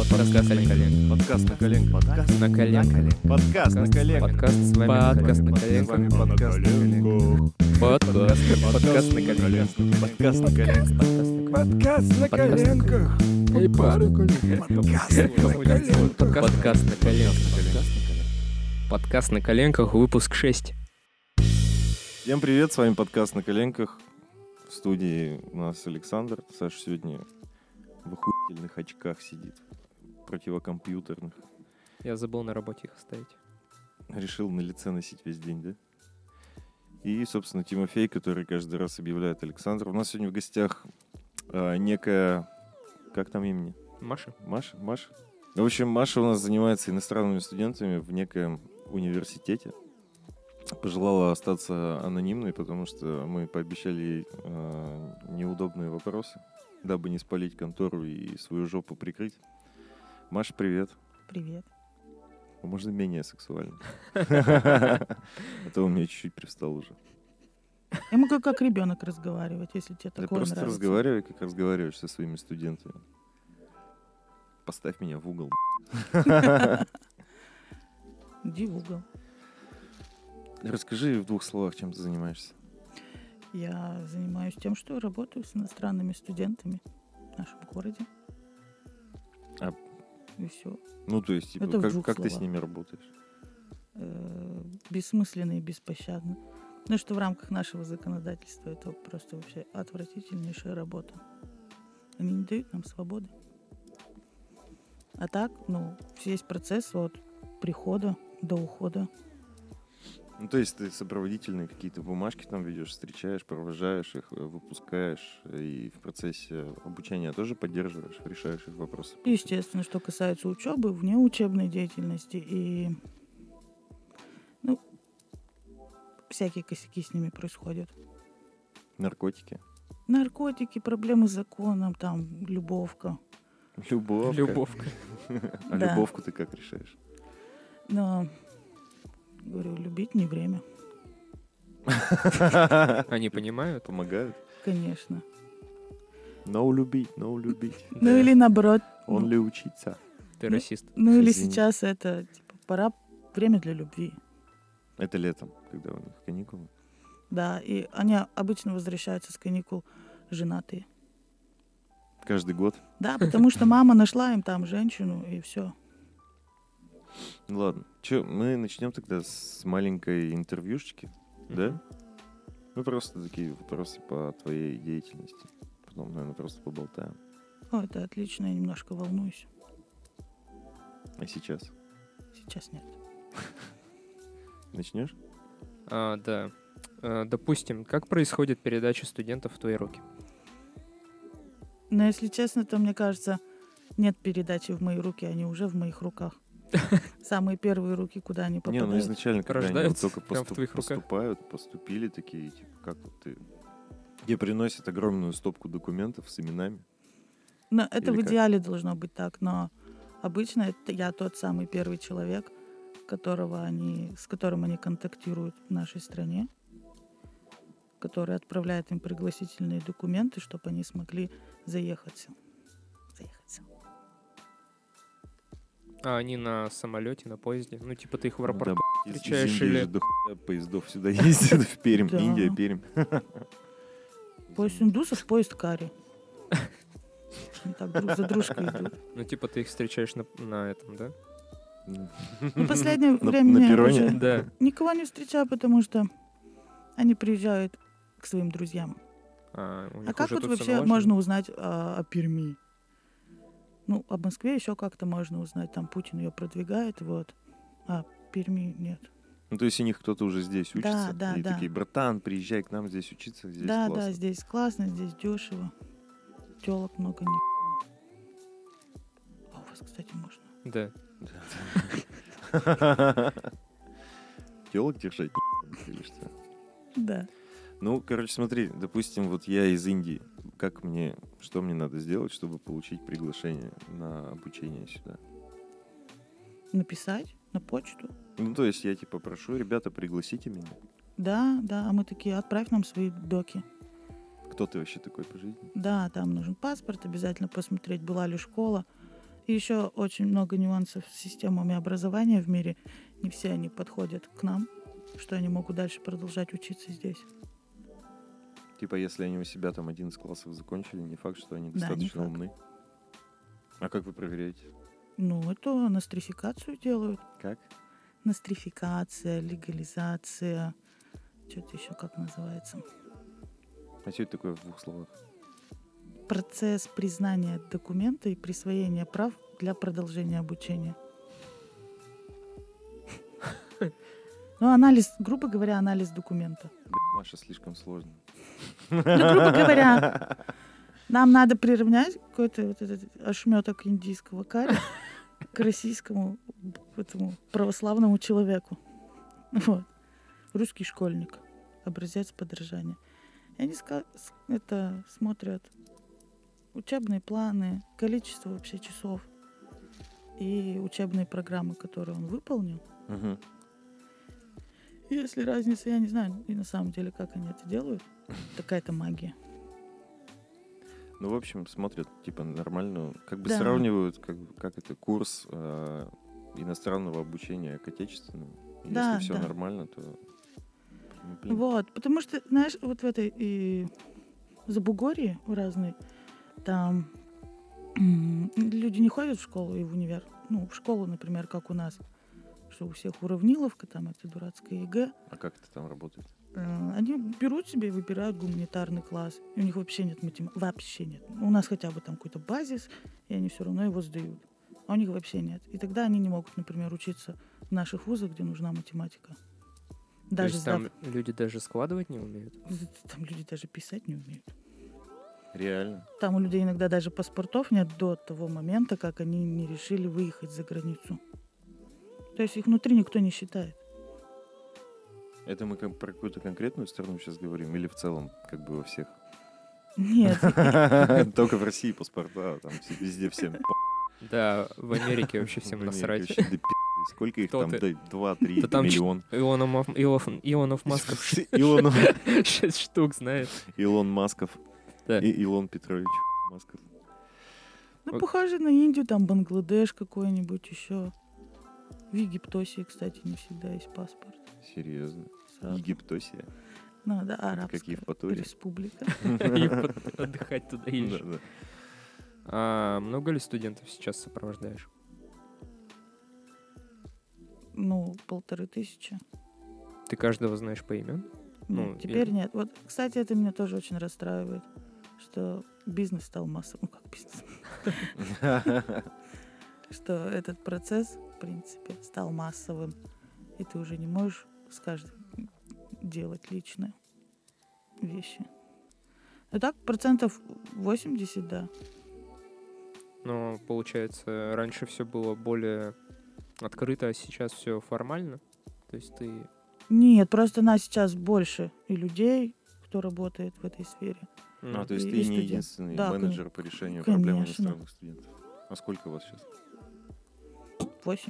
Подкаст на коленках. Подкаст на коленках. Подкаст на коленках. Подкаст на коленках. Подкаст с вами. Подкаст на коленках. Подкаст на коленках. Подкаст на коленках. Подкаст на коленках. Подкаст на коленках. Эй, пара. Подкаст на коленках. Подкаст на коленках, выпуск 6. Всем привет, с вами подкаст на коленках. В студии у нас Александр. Саша сегодня в охуительных очках сидит, противокомпьютерных. Я забыл на работе их оставить. Решил на лице носить весь день, да? И, собственно, Тимофей, который каждый раз объявляет Александра. У нас сегодня в гостях некая... Как там имени? Маша? Маша? В общем, Маша у нас занимается иностранными студентами в некоем университете. Пожелала остаться анонимной, потому что мы пообещали ей неудобные вопросы, дабы не спалить контору и свою жопу прикрыть. Маша, привет. Привет. Можно менее сексуально. А то у меня чуть-чуть привстал уже. Я могу как ребенок разговаривать, если тебе Да такое просто нравится. разговаривай, как разговариваешь со своими студентами. Поставь меня в угол. Иди в угол. Расскажи в двух словах, чем ты занимаешься. Я занимаюсь тем, что работаю с иностранными студентами в нашем городе. А- И все. Ну, то есть, типа, Это в двух как ты с словах. ними работаешь? Бессмысленно и беспощадно. Потому что в рамках нашего законодательства это просто вообще отвратительнейшая работа. Они не дают нам свободы. А так, весь процесс от прихода до ухода. Ну, то есть ты сопроводительные какие-то бумажки там ведешь, встречаешь, провожаешь их, выпускаешь, и в процессе обучения тоже поддерживаешь, решаешь их вопросы. Естественно, что касается учебы, внеучебной деятельности и всякие косяки с ними происходят. Наркотики. Наркотики, проблемы с законом, там, любовка. Любовка. А Да. любовку ты как решаешь? Но, говорю, любить не время, Они понимают? Помогают? конечно. No любить. Ну или наоборот. Он ли учиться? Ты Ну, расист. или Извини. сейчас это, пора, время для любви. Это летом, когда у них каникулы. Да, и они обычно возвращаются с каникул женатые. Каждый год. Да, потому что мама нашла им там женщину, и все. Ну ладно. Че, мы начнем тогда с маленькой интервьюшечки, да? Ну просто такие вопросы по твоей деятельности. Потом, наверное, просто поболтаем. О, это отлично, я немножко волнуюсь. А сейчас? Сейчас нет. Начнешь? Да. Допустим, как происходит передача студентов в твои руки? Но если честно, то мне кажется, нет передачи в мои руки, они уже в моих руках. Самые первые руки, куда они Не, попадают. ну изначально, когда они вот Рождаются только прям в твоих руках? поступили такие, типа, как вот ты... Тебе приносят огромную стопку документов с именами. Но это Или в как? идеале должно быть так, но обычно это я тот самый первый человек, с которым они контактируют в нашей стране, который отправляет им пригласительные документы, чтобы они смогли заехаться. А они на самолете, на поезде? Ну, типа ты их в Да, аэропорту из встречаешь Индии или... же до хуя поездов сюда ездят, в Пермь. Да. Индия, Пермь. Поезд индусов, поезд кари. Они так друг за дружкой идут. Ну, типа ты их встречаешь на этом, да? Ну, в последнее На время я перроне? уже Да. никого не встречаю, потому что они приезжают к своим друзьям. У них А как уже вот тут всё вообще налажено? можно узнать о Перми? Ну, об Москве еще как-то можно узнать. Там Путин ее продвигает, вот. А Перми нет. Ну, то есть у них кто-то уже здесь учится. Да, И да. такие, братан, приезжай к нам здесь учиться, здесь Да, классно. да, здесь классно, здесь дешево. Телок много не. А у вас, кстати, можно. Да. Телок держать или что? Да. Ну, короче, смотри, допустим, вот я из Индии. Что мне надо сделать, чтобы получить приглашение на обучение сюда? Написать на почту. Ну, то есть я типа прошу, ребята, пригласите меня. Да, а мы такие, отправь нам свои доки. Кто ты вообще такой по жизни? Да, там нужен паспорт, обязательно посмотреть, была ли школа. И еще очень много нюансов с системами образования в мире. Не все они подходят к нам, что они могут дальше продолжать учиться здесь. Типа, если они у себя там 11 классов закончили, не факт, что они Да, не достаточно факт. умны. А как вы проверяете? Ну, это нострификацию делают. Как? Нострификация, легализация. Что-то еще как называется. А что это такое в 2 словах? Процесс признания документа и присвоения прав для продолжения обучения. Ну, анализ, грубо говоря, анализ документа. Маша, слишком сложно. Ну, грубо говоря, нам надо приравнять какой-то вот этот ошметок индийского карри к российскому этому православному человеку. Вот. Русский школьник. Образец подражания. И они это смотрят учебные планы, количество вообще часов и учебные программы, которые он выполнил. Мгм. Если разница, я не знаю, и на самом деле, как они это делают, такая-то магия. Ну, в общем, смотрят, типа, нормально, как бы Да. сравнивают, как это, курс иностранного обучения к отечественному. И Да, если все да. нормально, то... ну, блин. Вот, потому что, знаешь, вот в этой Забугорье в разной, там люди не ходят в школу и в универ. Ну, в школу, например, как у нас, что у всех уравниловка, там это дурацкая ЕГЭ. А как это там работает? Они берут себе и выбирают гуманитарный класс. И у них вообще нет математики. Вообще нет. У нас хотя бы там какой-то базис, и они все равно его сдают. А у них вообще нет. И тогда они не могут, например, учиться в наших вузах, где нужна математика. То Даже есть там люди даже складывать не умеют? там люди даже писать не умеют. Реально? Там у людей иногда даже паспортов нет до того момента, как они не решили выехать за границу. То есть их внутри никто не считает. Это мы как про какую-то конкретную страну сейчас говорим или в целом, как бы во всех? Нет. Только в России паспорта, а там везде всем Да, в Америке вообще всем в Америке насрать. вообще, да пи***й, сколько их Кто там? ты? Да 2-3 Да там миллион. Илонов Масков Илон 6 штук знает. Илон Масков. Да. И Илон Петрович Масков. Ну, похоже на Индию, там Бангладеш какой-нибудь еще. В Египтосе, кстати, не всегда есть паспорт. Серьезно? Сразу. Египтосия? Ну, да, Как Арабская Евпатория? республика. И отдыхать туда едешь. Да-да. А много ли студентов сейчас сопровождаешь? Ну, 1500. Ты каждого знаешь по имен? Ну, Нет, теперь или- нет. Вот, кстати, это меня тоже очень расстраивает, что бизнес стал массовым. Ну, как бизнес? Что этот процесс, в принципе, стал массовым. И ты уже не можешь с каждым делать личные вещи. А так, 80%, да. Но, получается, раньше все было более открыто, а сейчас все формально? То есть ты... Нет, просто нас сейчас больше и людей, кто работает в этой сфере. А, то И- есть и ты не студент. единственный Да, менеджер по решению проблем конечно. иностранных студентов. А сколько у вас сейчас? 8.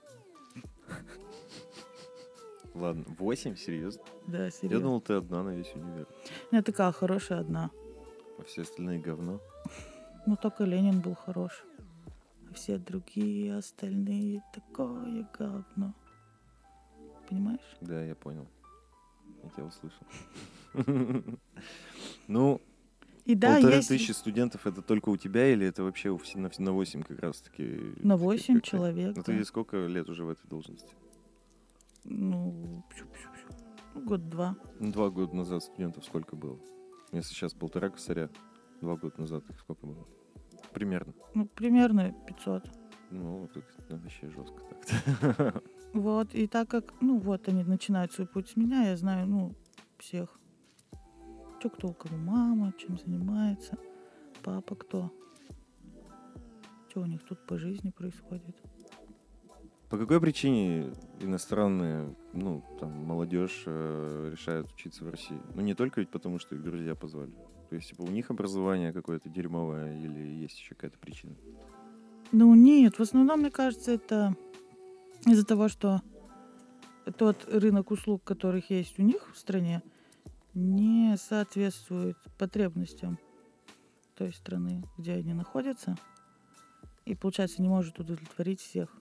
Ладно, 8? Серьезно? Да, Я серьезно. думал, ты одна на весь универ. Я такая хорошая одна. А все остальные говно. Ну, только Ленин был хорош. А все другие остальные такое говно. Понимаешь? Да, я понял. Я тебя услышал. Ну, И да, 1500 есть студентов это только у тебя или это вообще на 8 как раз таки? на 8 как-то? человек. Ну да. ты сколько лет уже в этой должности? Ну, ну, год-два. Ну, 2 года назад студентов сколько было? Если сейчас 1,5 косаря, 2 года назад их сколько было? Примерно. Ну, примерно 500. Ну, тут вообще жестко так-то. Вот, и так как, ну, вот они начинают свой путь с меня, я знаю, ну, всех. Чё, кто у кого мама, чем занимается, папа кто. Что у них тут по жизни происходит. По какой причине иностранные, ну, там, молодежь решает учиться в России? Ну, не только ведь потому, что их друзья позвали. То есть, типа, у них образование какое-то дерьмовое или есть еще какая-то причина? Ну, нет, в основном, мне кажется, это из-за того, что тот рынок услуг, которых есть у них в стране, не соответствует потребностям той страны, где они находятся. И, получается, не может удовлетворить всех.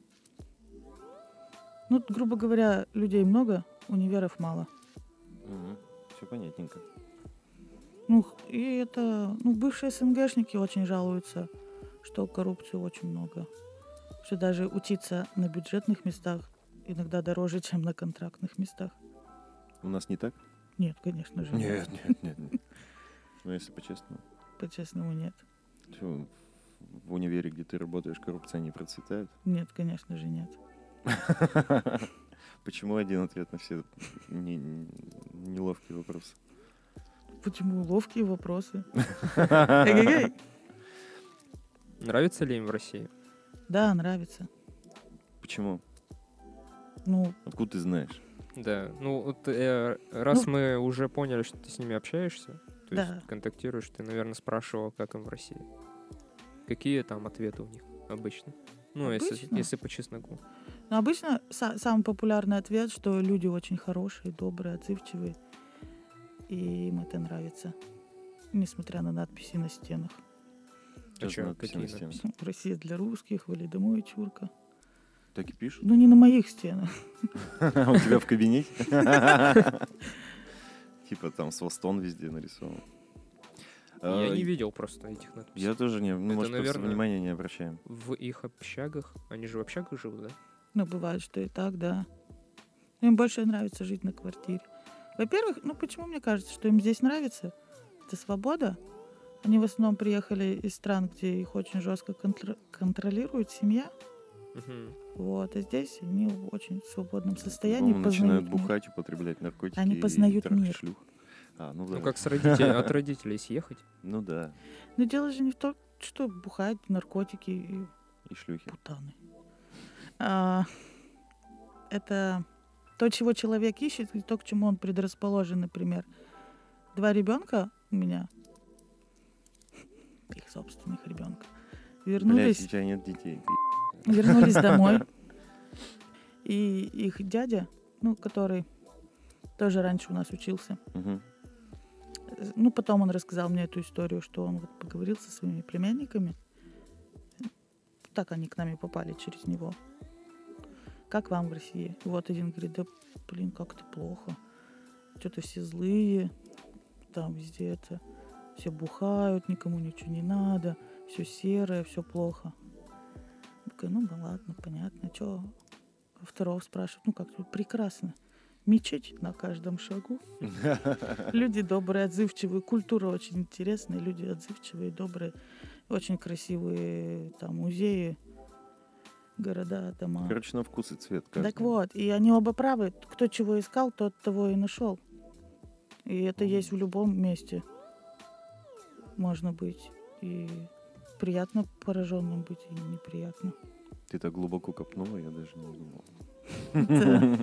Ну, грубо говоря, людей много, универов мало. Все понятненько. Ну, и это... Ну, бывшие СНГшники очень жалуются, что коррупции очень много. Что даже учиться на бюджетных местах иногда дороже, чем на контрактных местах. У нас не так? Нет, конечно же, Нет. Ну, если по-честному. По-честному, нет. Чё, в универе, где ты работаешь, коррупция не процветает? Нет, конечно же, нет. Почему один ответ на все неловкие вопросы? Почему ловкие вопросы? Эгегей. Нравится ли им в России? Да, нравится. Почему? Ну, Откуда ты знаешь? Да. Ну, вот, раз Ну, мы уже поняли, что ты с ними общаешься, то Да. есть контактируешь, ты, наверное, спрашивал, как им в России. Какие там ответы у них обычно? Ну, Обычно? если по чесноку. ну, обычно самый популярный ответ, что люди очень хорошие, добрые, отзывчивые. И им это нравится. Несмотря на надписи на стенах. А чё, Надписи какие на стенах. надписи? Россия для русских, вали домой, чурка. Так и пишут? Ну, не на моих стенах. У тебя в кабинете? Типа там свастон везде нарисован. Я не видел просто этих надписей. Я тоже не... Ну, Это, может, просто наверное, внимания не обращаем. В их общагах, они же в общагах живут, да? Ну, бывает, что и так, да. Но им больше нравится жить на квартире. Во-первых, ну почему мне кажется, что им здесь нравится? Это свобода. Они в основном приехали из стран, где их очень жестко контролирует семья. Мгм. Вот, а здесь они в очень свободном состоянии По-моему, начинают познают мир. бухать, употреблять наркотики. Они и познают трахать мир. шлюх. Ну да. Ну, как с родителей, от родителей съехать. Ну да. Но дело же не в том, что бухать, наркотики и И шлюхи. путаны. А, это то, чего человек ищет, и то, к чему он предрасположен, например. 2 ребенка у меня, их собственных ребенка, Блять, вернулись у тебя нет детей. домой. И их дядя, ну, который тоже раньше у нас учился, Мгм. ну, потом он рассказал мне эту историю, что он вот поговорил со своими племянниками. Так они к нам и попали через него. Как вам в России? И вот один говорит, да, блин, как-то плохо. Что-то все злые, там везде это, все бухают, никому ничего не надо, все серое, все плохо. Я такая, ну, да ладно, понятно. Что? Второго спрашивают, ну, как тут прекрасно. Мечеть на каждом шагу. Люди добрые, отзывчивые. Культура очень интересная. Люди отзывчивые, добрые. Очень красивые там музеи, города, дома. Короче, на вкус и цвет. каждый. Так вот, и они оба правы. Кто чего искал, тот того и нашел. И это есть в любом месте. Можно быть и приятно пораженным быть, и неприятно. Ты так глубоко копнула, я даже не думал. Да.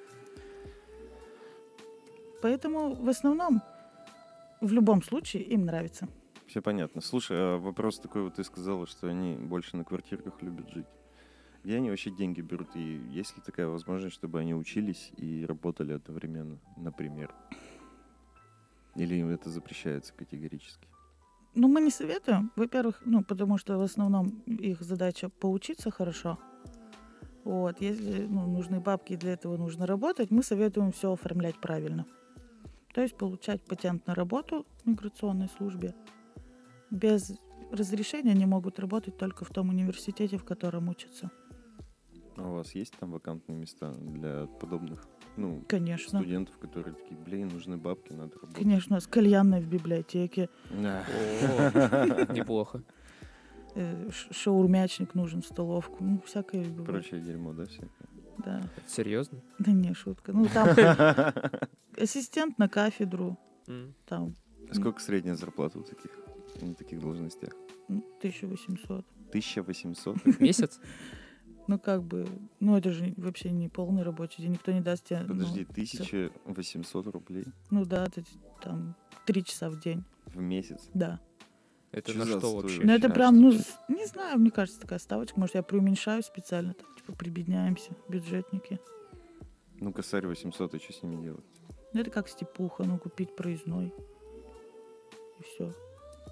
Поэтому в основном, в любом случае, им нравится. Все понятно. Слушай, а вопрос такой, вот ты сказала, что они больше на квартирках любят жить. Где они вообще деньги берут? И есть ли такая возможность, чтобы они учились и работали одновременно, например? Или им это запрещается категорически? Ну, мы не советуем. Во-первых, ну, потому что в основном их задача поучиться хорошо. Вот, если нужны бабки, и для этого нужно работать, мы советуем все оформлять правильно. То есть получать патент на работу в миграционной службе. Без разрешения они могут работать только в том университете, в котором учатся. А у вас есть там вакантные места для подобных, Конечно. студентов, которые такие, блин, нужны бабки, надо работать? Конечно, с кальянной в библиотеке, Да. О, неплохо. шаурмячник нужен в столовку. Ну, всякое бывает. Прочее дерьмо, да, всякое? Да. Это серьезно? Да не, шутка. Ну, там ассистент на кафедру, там Сколько средняя зарплата у таких, на таких должностях? 1800. 1800? В месяц? Ну, как бы, это же вообще не полный рабочий день, никто не даст тебе... Подожди, 1800 рублей Ну да, это там 3 часа в день, в месяц? да. Это Чё на за что отстой вообще? Но это вообще? прям, не знаю, мне кажется, такая ставочка. Может, я преуменьшаю специально, так, типа, прибедняемся, бюджетники. Ну, косарь 800, и что с ними делать? Ну, это как степуха, купить проездной. И все.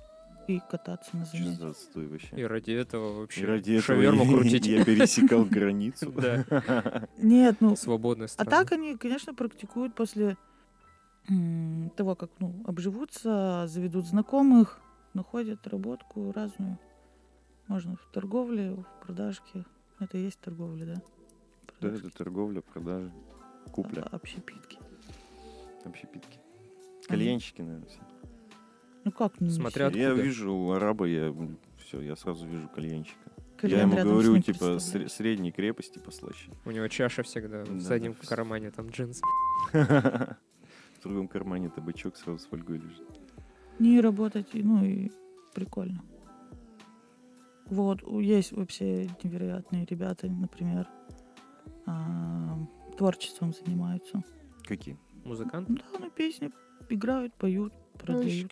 и кататься на Что занятиях. за отстой вообще? И ради этого И вообще ради этого шаверму крутить. я пересекал границу. Да, Нет, ну, свободная а страна. так они, конечно, практикуют после того, как обживутся, заведут знакомых, находят работку разную. Можно в торговле, в продажке. Это и есть торговля, да? Да, Продажки. это торговля, продажи, купля, Общепитки. общепитки. Кальянщики, наверное, все. Ну как не Смотря все? Я откуда? вижу араба, я сразу вижу кальянщика. Кальян Я ему рядом с говорю, ним типа, представляешь. средней крепости послаще. У него чаша всегда в Да, заднем да. кармане, там джинсы. В другом кармане табачок сразу с фольгой лежит. Не работать, и прикольно. Вот, есть вообще невероятные ребята, например, творчеством занимаются. Какие? Музыкант? Да, на песни играют, поют, продают.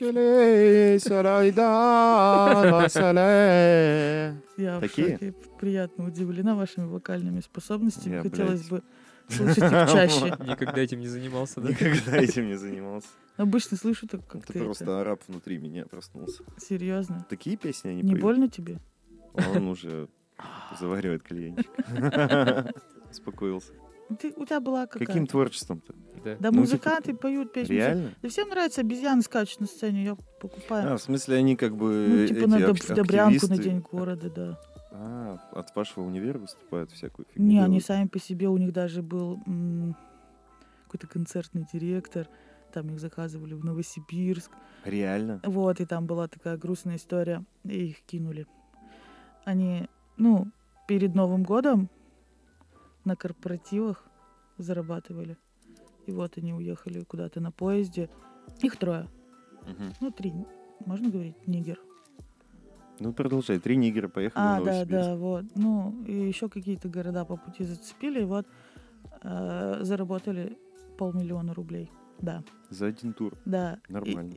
Я в Такие? шоке, приятно удивлена вашими вокальными способностями. Я, Хотелось блядь. бы слышать их чаще. Никогда этим не занимался, да? Никогда этим не занимался. Обычно слышу так, как Это ты просто араб внутри меня проснулся. Серьезно. Такие песни они Не поют. больно тебе? Он уже заваривает кальянчик. Успокоился. У тебя была какая-то... Каким творчеством-то? Да. Да Ну, музыканты типа, поют песни. Реально? Да всем нравится, обезьяны скачут на сцене, я покупаю. В смысле, они как бы Ну, типа эти на Добрянку на активисты? День города, да. От вашего универа выступают всякую фигню Не, они делают? сами по себе, у них даже был какой-то концертный директор, там их заказывали в Новосибирск. Реально? Вот, и там была такая грустная история, и их кинули. Они, перед Новым годом на корпоративах зарабатывали. И вот они уехали куда-то на поезде. Их 3. Мгм. 3. Можно говорить? Нигер. Ну, продолжай. 3 нигера поехали в Да, Новосибирск. да, вот. И еще какие-то города по пути зацепили, и вот заработали 500 000 рублей. Да, За один тур. да. Нормально.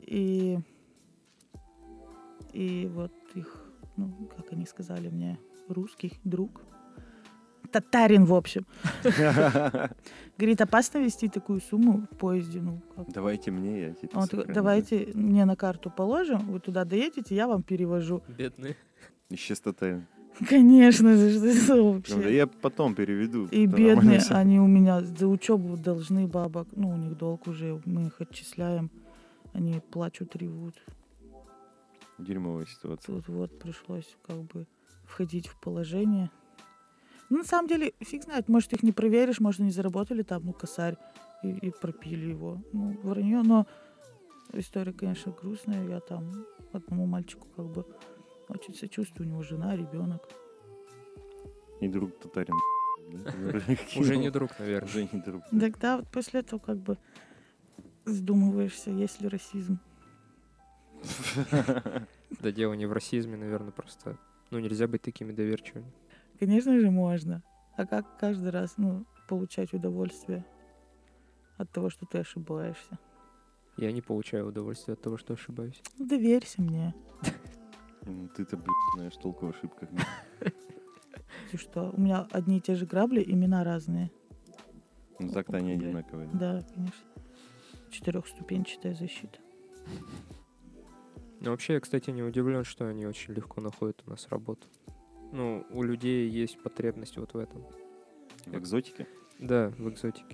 И вот их, как они сказали мне, русский друг, татарин, в общем. Говорит, опасно вести такую сумму в поезде, как. Давайте мне, я типа Он такой, сохраню, давайте мне на карту положим, вы туда доедете, я вам перевожу. Бедные. да? Исчез татарин. Конечно, что это Ну, вообще. да я потом переведу. И Это бедные, нормально всё. они у меня за учебу должны бабок. У них долг уже, мы их отчисляем. Они плачут, ревут. Дерьмовая ситуация. Тут вот пришлось как бы входить в положение. На самом деле, фиг знает, может, их не проверишь, может, они заработали там, косарь, и пропили его. Вранье, но история, конечно, грустная. Я там одному мальчику как бы очень сочувствую, у него жена, ребенок. И друг татарин. да? Уже не друг, наверное. Уже не друг. Тогда вот после этого как бы задумываешься, есть ли расизм. Да дело не в расизме, наверное, просто... нельзя быть такими доверчивыми. Конечно же, можно. А как каждый раз, получать удовольствие от того, что ты ошибаешься? Я не получаю удовольствия от того, что ошибаюсь. Доверься мне. Ты-то, блядь, знаешь толк в ошибках. Ты что? У меня одни и те же грабли, имена разные. Ну так-то они Окей. одинаковые. Да, конечно. 4-ступенчатая защита. Но вообще, я, кстати, не удивлен, что они очень легко находят у нас работу. У людей есть потребность вот в этом. В экзотике? Да, в экзотике.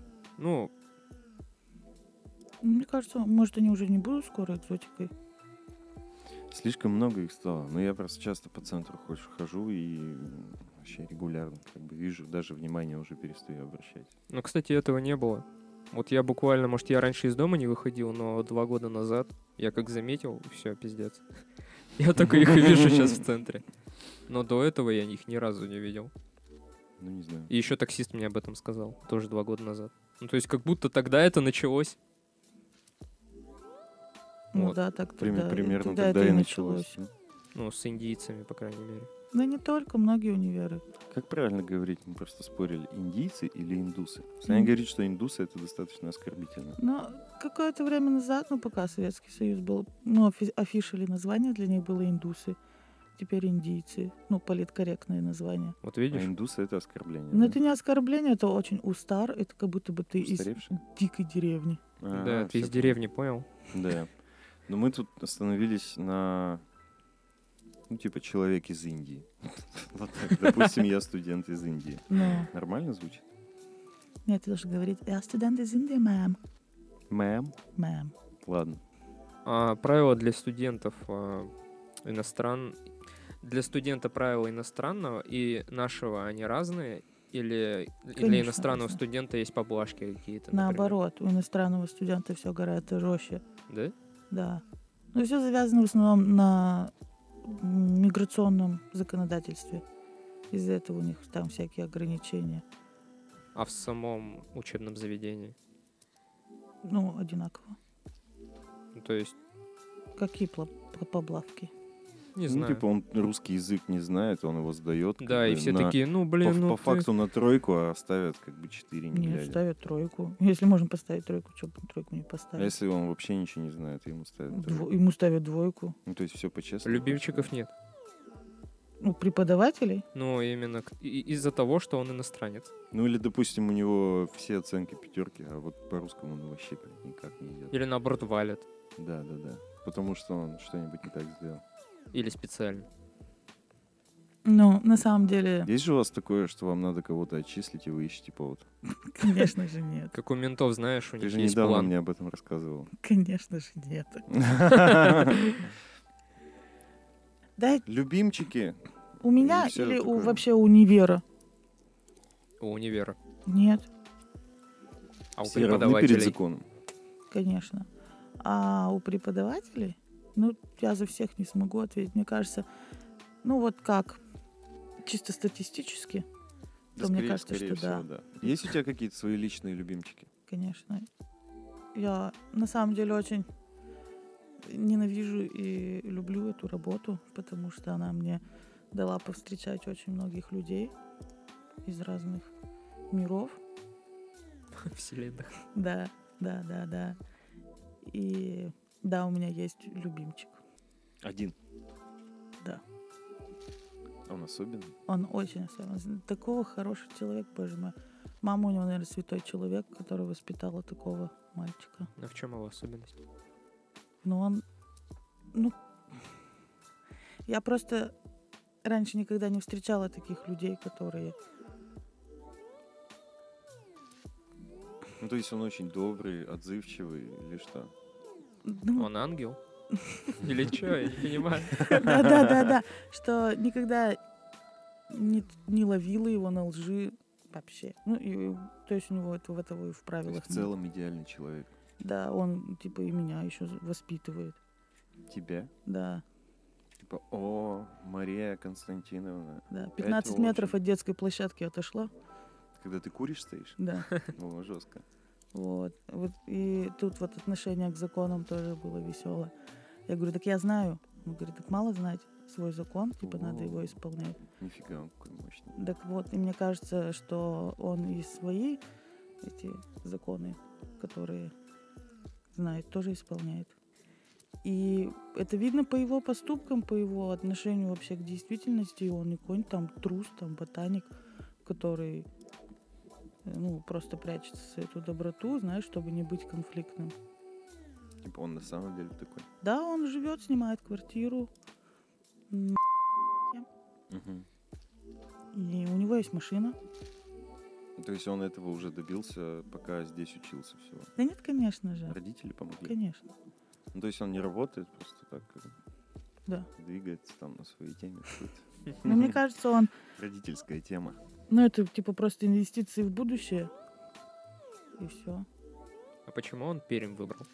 Мне кажется, может, они уже не будут скоро экзотикой. Слишком много их стало. Но я просто часто по центру хожу и вообще регулярно как бы вижу, даже внимание уже перестаю обращать. Кстати, этого не было. Вот я буквально, может, я раньше из дома не выходил, но 2 года назад я как заметил, и все, пиздец. Я только их и вижу сейчас в центре. Но до этого я их ни разу не видел. Ну, не знаю. И еще таксист мне об этом сказал, тоже 2 года назад. То есть как будто тогда это началось. Вот. Да, так Примерно тогда тогда это и началось. С индийцами, по крайней мере. Да не только, многие универы. Как правильно говорить? Мы просто спорили, индийцы или индусы. Саня говорит, что индусы это достаточно оскорбительно. Но какое-то время назад, пока Советский Союз был, афишили название для них было индусы. Теперь индийцы. Политкорректное название. Вот А видишь? индусы это оскорбление. Но да? это не оскорбление, это очень устар. Это как будто бы ты из Устаревший? дикой деревни. Да, ты всё из деревни, понял? Да. Но мы тут остановились на Ну, типа, человек из Индии. Вот так. Допустим, я студент из Индии. Ну, Нормально звучит? нет, ты должен говорить, я студент из Индии, мэм. Мэм? Мэм. Ладно. Правила для студентов Для студента правила иностранного и нашего, они разные? Или для Конечно, иностранного разные. студента есть поблажки какие-то, например? Наоборот, у иностранного студента все гораздо жестче. Да? Да. Но все завязано в основном на миграционном законодательстве. Из-за этого у них там всякие ограничения. А в самом учебном заведении? Ну, одинаково. Ну, то есть, Какие поблавки? не Ну, знаю. типа, он русский язык не знает, он его сдает. как Да, и бы, все на- такие, ну, блин, ну По ты... факту на тройку, а ставят как бы 4 не Нет, глядя. ставят тройку. Если можно поставить тройку, что бы тройку не А поставить? если он вообще ничего не знает, ему ставят тройку? Ему ставят двойку. Ну, то есть все по-честному. Любимчиков нет. Ну, преподавателей? Ну, именно из-за того, что он иностранец. Ну, или, допустим, у него все оценки 5, а вот по русскому он вообще, блин, никак не идет. Или наоборот валят. Да. Потому что он что-нибудь не так сделал. Или специально. Ну, на самом деле, Есть же у вас такое, что вам надо кого-то отчислить, и вы ищете повод? конечно же нет. Как у ментов, знаешь, у Ты них же есть недавно план. мне об этом рассказывал. Конечно же нет. Да, Любимчики. у меня И всё или такое. вообще универа? У универа. Нет, А у Все равны перед преподавателей. законом. конечно. А у преподавателей? Ну, я за всех не смогу ответить. Мне кажется, ну вот как, чисто статистически, то мне кажется, что всего, да. Есть у тебя какие-то свои личные любимчики? Конечно. Я на самом деле очень ненавижу и люблю эту работу, потому что она мне дала повстречать очень многих людей из разных миров. Вселенных. Да. И да, у меня есть любимчик. Один. Да. Он особенный? Он очень особенный. Такого хорошего человека, боже мой. Мама у него, наверное, святой человек, который воспитала такого мальчика. А в чем его особенность? Но он... Ну... Я просто раньше никогда не встречала таких людей, которые... Ну, то есть он очень добрый, отзывчивый или что? Ну, Он ангел? Или что? Я не понимаю. да. Что никогда не ловила его на лжи вообще. Ну, и, то есть у него этого и в То правилах есть в нет. целом идеальный человек. Да, он типа и меня еще воспитывает. Тебя? Да. Типа, о, Мария Константиновна. 15 Это метров очень. от детской площадки отошла. Когда ты куришь стоишь? Да. О, жестко. Вот. И тут вот отношение к законам тоже было веселое. Я говорю, так я знаю. Он говорит, так мало знать свой закон, типа надо его О. исполнять. Нифига, он какой мощный. Так вот, и мне кажется, что он и свои эти законы, которые знает, тоже исполняет. И это видно по его поступкам, по его отношению вообще к действительности. Он не какой-нибудь там трус, там ботаник, который просто прячет эту доброту, знаешь, чтобы не быть конфликтным. Типа он на самом деле такой. Да, он живет, снимает квартиру. Мгм. И у него есть машина. То есть он этого уже добился, пока здесь учился всего. Да нет, конечно же. Родители помогли. Конечно. Ну, то есть он не работает, просто так Да. двигается там на своей теме. какой-то. Но мне кажется, он... Родительская тема. это типа просто инвестиции в будущее. И все. А почему он Пермь выбрал?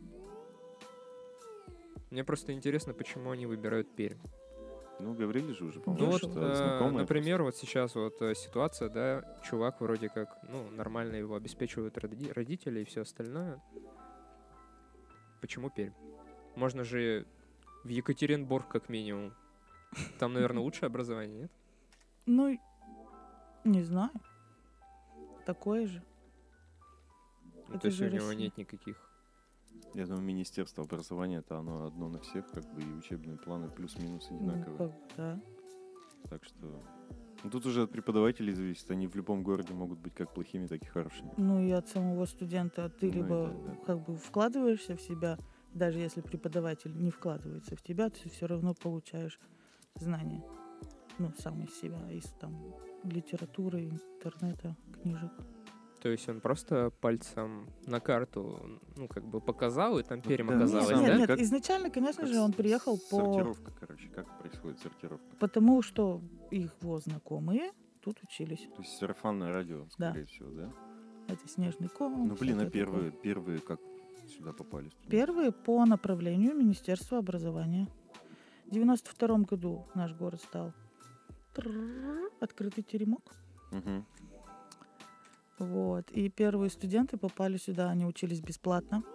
Мне просто интересно, почему они выбирают Пермь. Ну, говорили же уже, Ну по-моему, вот, что знакомые. например, вот сейчас вот ситуация, да, чувак вроде как, нормально его обеспечивают родители и все остальное. Почему Пермь? Можно же в Екатеринбург как минимум. Там, наверное, лучшее образование, нет? Ну, не знаю. Такое же. Ну, Это то есть у же него Россия. нет никаких... Я думаю, Министерство образования это оно одно на всех, как бы, и учебные планы плюс-минус одинаковые. Да. Так что... Ну, тут уже от преподавателей зависит. Они в любом городе могут быть как плохими, так и хорошими. Ну и от самого студента ты Ну и либо да. как бы вкладываешься в себя, даже если преподаватель не вкладывается в тебя, ты все равно получаешь знания. Ну, сам из себя, из там литературы, интернета, книжек. То есть он просто пальцем на карту, ну, как бы показал, и там Ну, перьям да. оказалось, Нет, да? Нет, Как- изначально, конечно Как же, он приехал по... Сортировка, короче. Как происходит сортировка? Потому что их знакомые тут учились. То есть сарафанное радио, Да. скорее всего, да? Это «Снежный ком». Ну, блин, а всякое такое. первые как сюда попали? студенты? Первые по направлению Министерства образования. В 92 году наш город стал открытый теремок. Мгм. Вот. И первые студенты попали сюда, они учились бесплатно.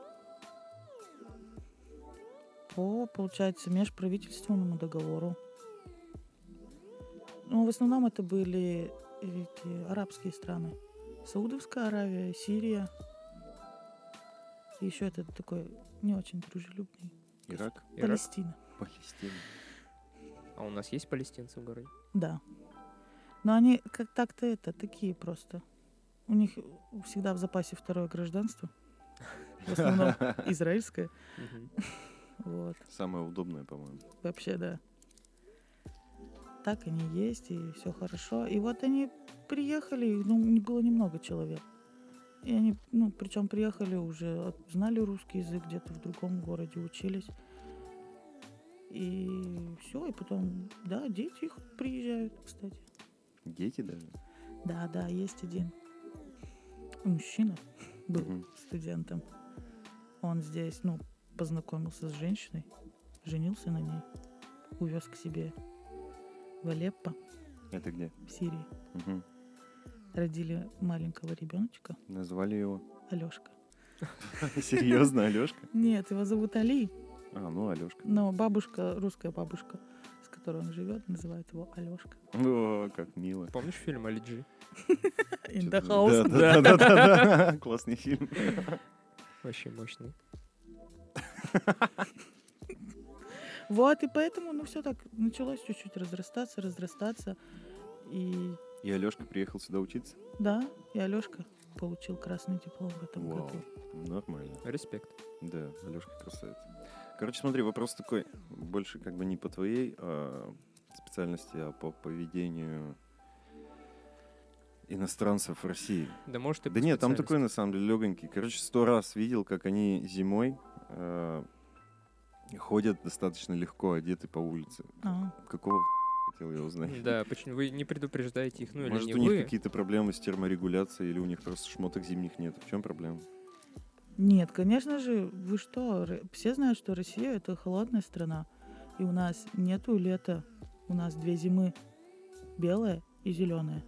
По, получается, межправительственному договору. Ну, в основном это были эти арабские страны. Саудовская Аравия, Сирия. И еще это такой не очень дружелюбный. Ирак? Ирак? Палестина. Палестина. А у нас есть палестинцы в городе? Да. Но они как так-то это, такие просто. У них всегда в запасе второе гражданство. В основном израильское. Мгм. Вот. Самое удобное, по-моему. Вообще, да. Так они есть, и все хорошо. И вот они приехали, ну, было немного человек. И они, ну, причем приехали уже, знали русский язык, где-то в другом городе учились. И все, и потом, да, дети их приезжают, кстати. Дети даже? Да, есть один мужчина, был Мгм. студентом. Он здесь, ну, познакомился с женщиной, женился на ней, увез к себе в Алеппо, Это где? в Сирии. Мгм. Родили маленького ребеночка, Назвали его? Алешка. Серьезно, Алешка? Нет, его зовут Али, А, ну Алешка. но бабушка, русская бабушка, с которой он живет, называет его Алешка. О, как мило. Помнишь фильм «Алиджи»? In the Чё-то- house. Да. Классный фильм. Вообще мощный. Вот, и поэтому, ну, все так началось чуть-чуть разрастаться. И И Алешка приехал сюда учиться? да, и Алешка получил красный диплом в этом Вау, году. нормально. Респект. Да, Алешка красавец. Короче, смотри, вопрос такой, больше как бы не по твоей специальности, а по поведению иностранцев в России. Да может и Да по нет, там специальности. такой на самом деле легонький. Короче, 100 раз видел, как они зимой ходят достаточно легко, одеты по улице. А, Какого хотел я узнать? Да, почему вы не предупреждаете их, ну или Может, не у них вы? какие-то проблемы с терморегуляцией, или у них просто шмоток зимних нет? В чем проблема? нет, конечно же, вы что, все знают, что Россия — это холодная страна, и у нас нету лета, у нас 2 зимы, белая и зеленая.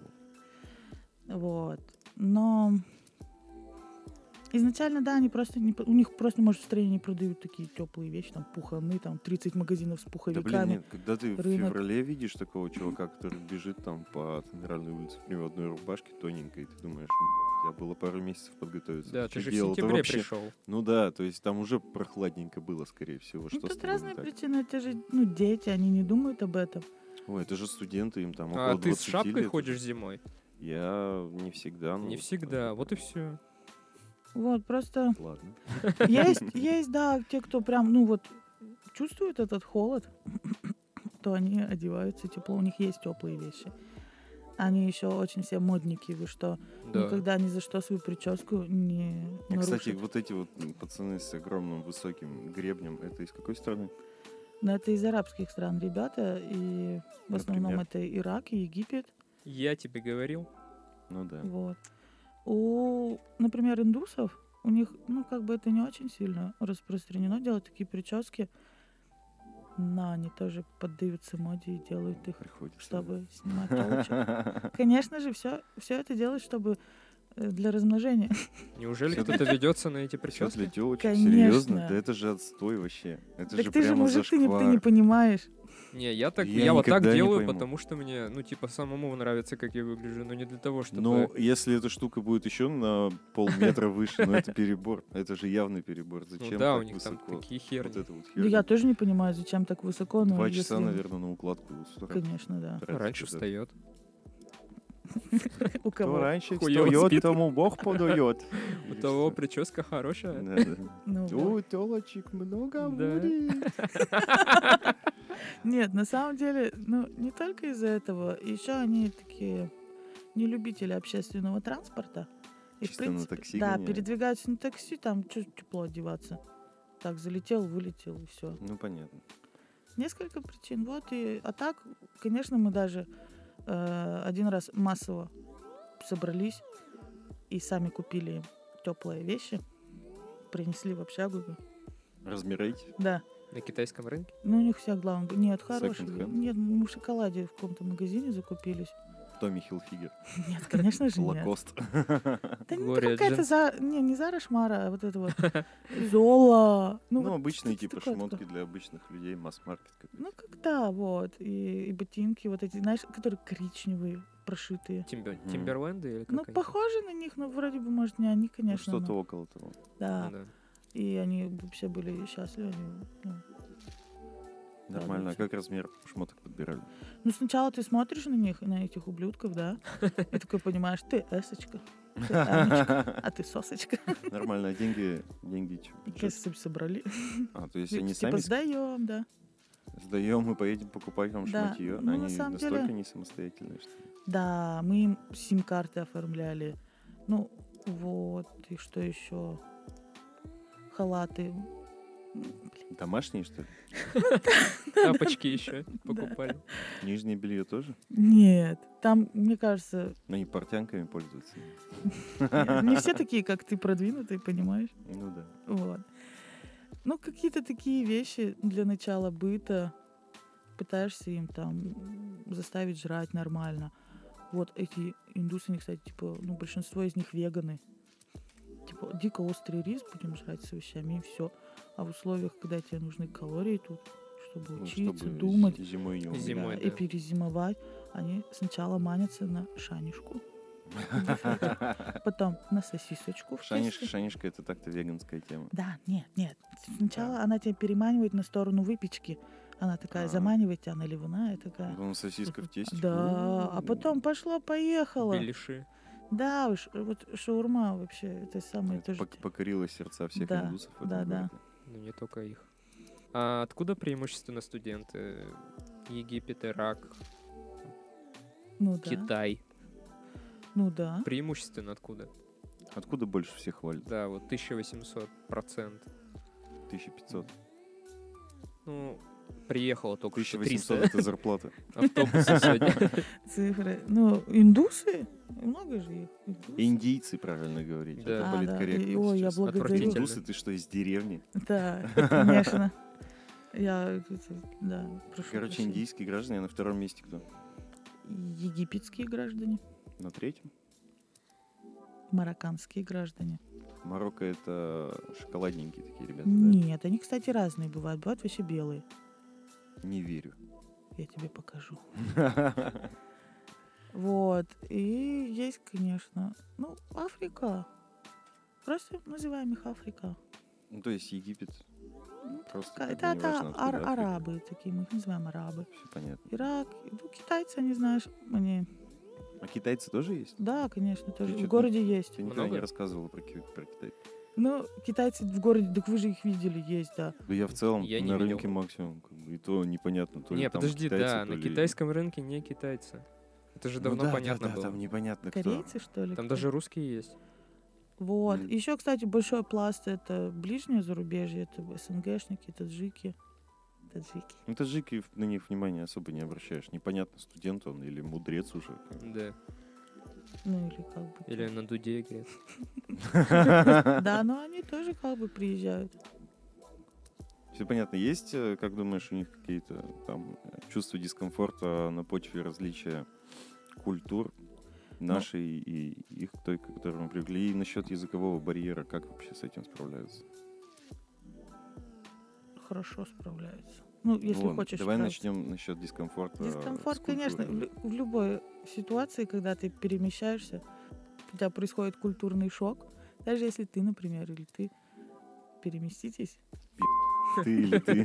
Вот. Но изначально, да, они просто у них просто, может, в стране не продают такие теплые вещи, там пуханы, там 30 магазинов с Да пуховиками. блин, нет, когда ты в рынок. феврале видишь такого чувака, который бежит там по центральной улице в одной рубашке тоненькой, ты думаешь, у тебя было пару месяцев подготовиться. Да, Ты ты чё же в делал-то сентябре вообще? пришел. Ну да, то есть там уже прохладненько было, скорее всего. Ну, Что с тут тобой не разные так? причины, это же, ну, дети, они не думают об этом. Ой, это же студенты, им там около А ты 20 с шапкой лет ходишь уже. зимой? Я не всегда. Ну, Не всегда, вот и все. Вот, просто Ладно. есть, да, те, кто прям, ну, вот, чувствует этот холод, то они одеваются тепло, у них есть теплые вещи. Они еще очень все модники, вы что, Да. никогда ни за что свою прическу не А, нарушат. кстати, вот эти вот пацаны с огромным высоким гребнем, это из какой страны? Но это из арабских стран ребята, и в основном Например? это Ирак и Египет. Я тебе говорил. Ну да. Вот. У, например, индусов, у них, ну, как бы это не очень сильно распространено делать такие прически, но они тоже поддаются моде и делают их, Приходится. чтобы снимать телочек. Конечно же, все это делают, чтобы для размножения. Неужели Всё кто-то ведется на эти Все для прически? телочек, Конечно. серьезно? Да это же отстой вообще. Это Так же ты же прямо мужик, ты не зашквар. понимаешь. Не, я так, Я я вот так никогда не делаю, пойму. потому что мне, ну, типа, самому нравится, как я выгляжу, но не для того, чтобы... Ну, если эта штука будет еще на полметра выше, ну это перебор. Это же явный перебор. Ну Зачем да, так у них там высоко? такие Вот херни. это вот Да херня. я тоже не понимаю, зачем так высоко, но 2 если... часа, наверное, на укладку. Конечно, да. Раньше встает. У кого? раньше Хуёво встаёт, спит. тому Бог подает. У того прическа хорошая. Ну, вот. телочек много Да. будет. Нет, на самом деле, ну, не только из-за этого. Еще они такие не любители общественного транспорта. И, Чисто на такси да, гоняют. передвигаются на такси, там чуть тепло одеваться. Так, залетел, вылетел, и все. Ну, понятно. Несколько причин. Вот, а так, конечно, мы даже один раз массово собрались и сами купили им теплые вещи, принесли в общагу. Размеряйте. Да. На китайском рынке? Ну, у них вся главное. Нет, хорошие. Second-hand? Нет, мы в шоколаде в каком-то магазине закупились. Томми Хилфигер. Нет, конечно же нет. Лакост. Да Gloria какая-то не Зара Шмара, а вот это вот Зола. Ну, вот обычные что-то типа такое. шмотки для обычных людей, масс-маркет. какой-то. Ну, когда вот. И ботинки вот эти, знаешь, которые коричневые, прошитые. Тимберленды или как Ну, они? похожи на них, но вроде бы, может, не они, Ну, конечно. что-то но- около того. Да. Ну да. И они вообще были счастливы. Они, Нормально. А Радуются. как размер шмоток подбирали? Ну, сначала ты смотришь на них, на этих ублюдков, да, и такой понимаешь, ты эсочка, ты амечка, а ты сосочка. Нормально. А деньги чё, И бюджет? кэс собрали. А, то есть они Типа сами сдаем, да. сдаем и поедем покупать вам Да, шматье? ну, на Они самом настолько деле- не самостоятельные, что ли? Да, мы им сим-карты оформляли. Ну, вот, и что еще? Халаты. Домашние, что ли? Тапочки еще покупали. Нижнее белье тоже? Нет, там, мне кажется, Но они портянками пользуются. не все такие, как ты, продвинутые, понимаешь? Ну да. Вот. Ну, какие-то такие вещи для начала быта. Пытаешься им там заставить жрать нормально. Вот эти индусы, они, кстати, типа, ну, большинство из них веганы. Типа, дико острый рис будем жрать с овощами, и все. А в условиях, когда тебе нужны калории тут, чтобы Ну, учиться, чтобы думать, зимой не умереть. Зимой, и да. перезимовать, они сначала манятся на шанишку, потом на сосисочку в тесте. Шанишка — это так-то веганская тема. Да, нет. Сначала она тебя переманивает на сторону выпечки. Она такая заманивает тебя наливная, такая. Потом сосиска в тесте. Да, а потом пошло-поехало. Беляши. Да уж, вот шаурма вообще, это самое тоже. Покорила сердца всех Да, индусов в этом да. городе. Ну, не только их. А откуда преимущественно студенты? Египет, Ирак, Ну да. Китай. Ну да. Преимущественно откуда? Откуда больше всех хвалят? Да, вот 1800%. 1500. Ну, приехало только что 1800 300 это зарплата. автобусов сегодня. Цифры. Ну, индусы, много же их. Индусы. Индийцы, правильно говорить. Да. Это А, да. политкорректно Ой, я сейчас. благодарю. Отвратительно. Индусы, ты что, из деревни? Да, конечно. Я, да, прошу Короче, прощения. индийские граждане на втором месте кто? Египетские граждане, На третьем? марокканские граждане. Марокко — это шоколадненькие такие ребята, Нет, они, кстати, разные бывают. Бывают вообще белые. да? Не верю. Я тебе покажу. Вот. И есть, конечно, ну, Африка. Просто называем их Африка. Ну, то есть Египет Ну, просто такая- как бы это неважно, откуда Африка. арабы такие, мы их называем арабы. Всё понятно. Ирак, ну, китайцы, не знаешь, они... А китайцы тоже есть? Да, конечно, тоже. Ты В чё-то городе есть. Ты никогда Много? не рассказывала про Китай. Ну, китайцы в городе, так вы же их видели, есть, да. Да я в целом Я не на видел. рынке максимум, как бы, и то непонятно, то ли Не, там подожди, китайцы, да, то на ли- китайском рынке не китайцы. Это же Ну давно да, понятно да, было. там непонятно кто. Корейцы, что ли? Там кто? даже русские есть. Вот. Мгм. Еще, кстати, большой пласт — это ближнее зарубежье, это СНГшники, таджики. Таджики. Ну, таджики, на них внимания особо не обращаешь. Непонятно, студент он или мудрец уже. Да. Ну, или как бы... Или на дуде играет. Да, но они тоже как бы приезжают. Все понятно. Есть, как думаешь, у них какие-то там чувства дискомфорта на почве различия культур нашей и их, той, к которой мы привыкли? И насчет языкового барьера, как вообще с этим справляются? Хорошо справляются. Ну, если Вон, хочешь давай справиться. начнем насчет дискомфорта. Дискомфорт, с конечно, культурой. в любой ситуации, когда ты перемещаешься, у тебя происходит культурный шок. Даже если ты, например, или ты переместитесь, Ты или ты.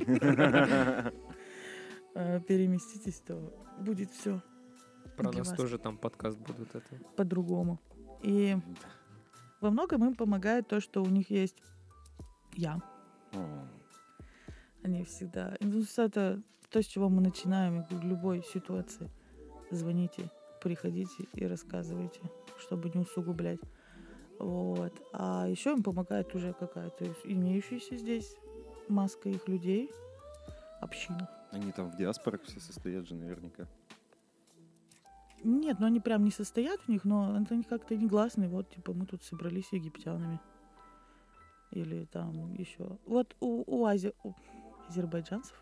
переместитесь, то будет все Про Для нас вас. тоже там подкаст будут это. по-другому. И во многом им помогает то, что у них есть я. О, Они всегда... Ну, это то, с чего мы начинаем, в любой ситуации. Звоните, приходите и рассказывайте, чтобы не усугублять. Вот. А еще им помогает уже какая-то имеющаяся здесь маска их людей, община. Они там в диаспорах все состоят же наверняка. Нет, ну они прям не состоят в них, но это как-то негласный. Вот, типа, мы тут собрались с египтянами. Или там еще. Вот у азербайджанцев